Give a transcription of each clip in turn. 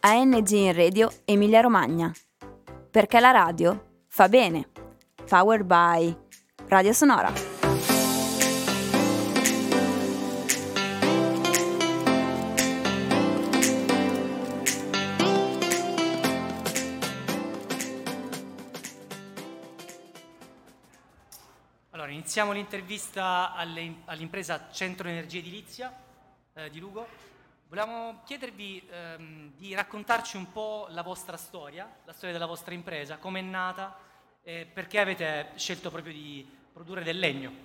ANG in Radio Emilia Romagna. Perché la radio fa bene. Powered by Radio Sonora. Allora, iniziamo l'intervista all'impresa Centro Energia Edilizia di Lugo. Volevamo chiedervi di raccontarci un po' la vostra storia, la storia della vostra impresa, come è nata e perché avete scelto proprio di produrre del legno.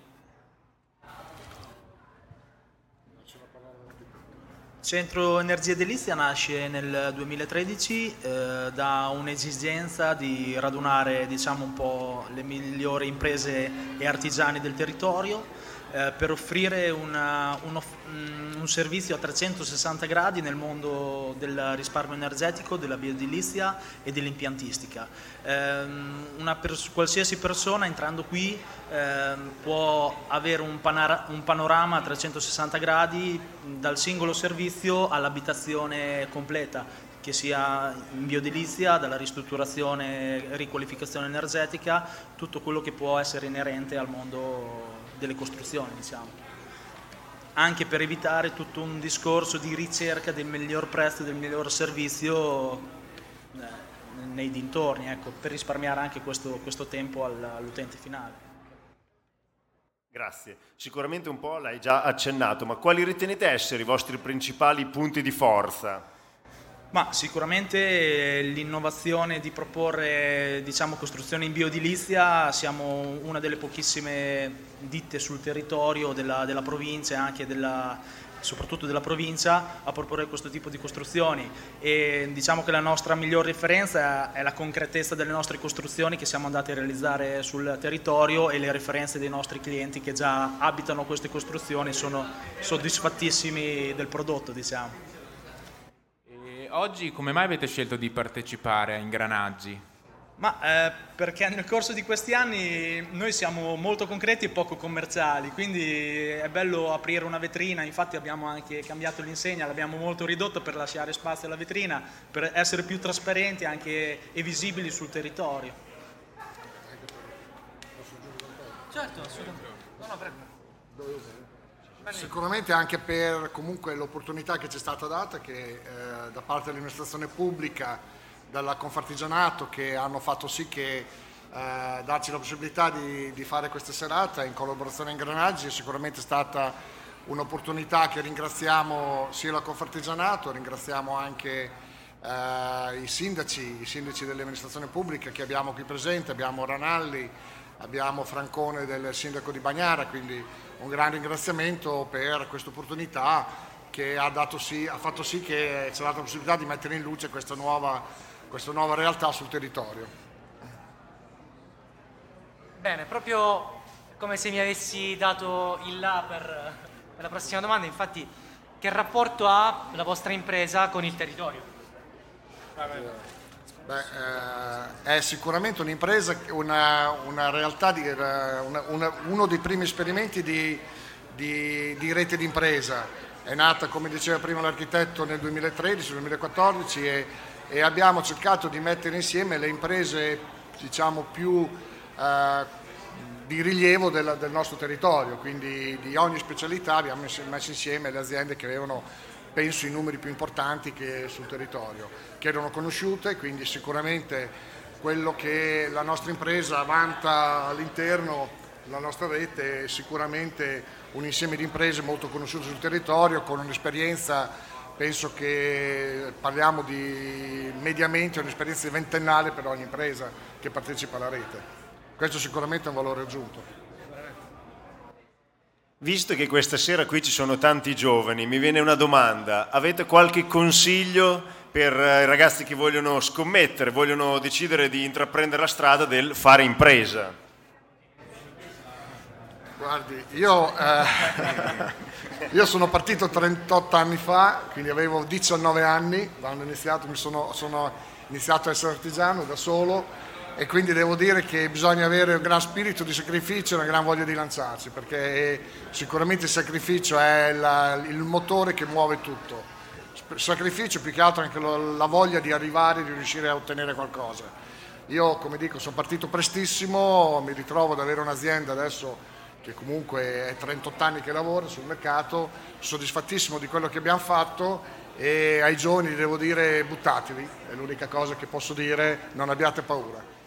Centro Energia Edilizia nasce nel 2013 da un'esigenza di radunare, diciamo, un po' le migliori imprese e artigiani del territorio per offrire un servizio a 360 gradi nel mondo del risparmio energetico, della bioedilizia e dell'impiantistica. Qualsiasi persona entrando qui può avere un panorama a 360 gradi dal singolo servizio all'abitazione completa, che sia in bioedilizia, dalla ristrutturazione, riqualificazione energetica, tutto quello che può essere inerente al mondo delle costruzioni, diciamo. Anche per evitare tutto un discorso di ricerca del miglior prezzo, del miglior servizio nei dintorni, ecco, per risparmiare anche questo tempo all'utente finale. Grazie. Sicuramente un po' l'hai già accennato, ma quali ritenete essere i vostri principali punti di forza? Ma sicuramente l'innovazione di proporre, diciamo, costruzioni in bioedilizia. Siamo una delle pochissime ditte sul territorio della provincia e anche soprattutto della provincia a proporre questo tipo di costruzioni, e diciamo che la nostra miglior referenza è la concretezza delle nostre costruzioni che siamo andati a realizzare sul territorio, e le referenze dei nostri clienti che già abitano queste costruzioni sono soddisfattissimi del prodotto, diciamo. Oggi come mai avete scelto di partecipare a Ingranaggi? Perché nel corso di questi anni noi siamo molto concreti e poco commerciali, quindi è bello aprire una vetrina. Infatti abbiamo anche cambiato l'insegna, l'abbiamo molto ridotto per lasciare spazio alla vetrina, per essere più trasparenti anche e visibili sul territorio. Certo, assolutamente. No, prego. Sicuramente anche per comunque l'opportunità che ci è stata data, che da parte dell'amministrazione pubblica, dalla Confartigianato, che hanno fatto sì che darci la possibilità di fare questa serata in collaborazione Ingranaggi. È sicuramente stata un'opportunità che ringraziamo sia la Confartigianato, ringraziamo anche i sindaci dell'amministrazione pubblica che abbiamo qui presenti. Abbiamo Ranalli, abbiamo Francone del sindaco di Bagnara, quindi un gran ringraziamento per questa opportunità che ha fatto sì che ci ha dato la possibilità di mettere in luce questa nuova realtà sul territorio. Bene, proprio come se mi avessi dato il là per la prossima domanda. Infatti, che rapporto ha la vostra impresa con il territorio? È sicuramente un'impresa, una realtà, uno dei primi esperimenti di rete d'impresa. È nata, come diceva prima l'architetto, nel 2013-2014 e abbiamo cercato di mettere insieme le imprese, diciamo, più di rilievo del nostro territorio, quindi di ogni specialità abbiamo messo insieme le aziende che avevano, penso, i numeri più importanti che sul territorio, che erano conosciute. Quindi sicuramente quello che la nostra impresa vanta all'interno, la nostra rete, è sicuramente un insieme di imprese molto conosciute sul territorio, con un'esperienza, penso che parliamo di mediamente un'esperienza ventennale per ogni impresa che partecipa alla rete. Questo sicuramente è un valore aggiunto. Visto che questa sera qui ci sono tanti giovani, mi viene una domanda: avete qualche consiglio per i ragazzi che vogliono scommettere, vogliono decidere di intraprendere la strada del fare impresa? Guardi, io sono partito 38 anni fa, quindi avevo 19 anni quando ho iniziato, sono iniziato a essere artigiano da solo, e quindi devo dire che bisogna avere un gran spirito di sacrificio e una gran voglia di lanciarsi, perché sicuramente il sacrificio è il motore che muove tutto. sacrificio, più che altro anche la voglia di arrivare, di riuscire a ottenere qualcosa. Io, come dico, sono partito prestissimo, mi ritrovo ad avere un'azienda adesso che comunque è 38 anni che lavora sul mercato, soddisfattissimo di quello che abbiamo fatto, e ai giovani devo dire buttatevi, è l'unica cosa che posso dire, non abbiate paura.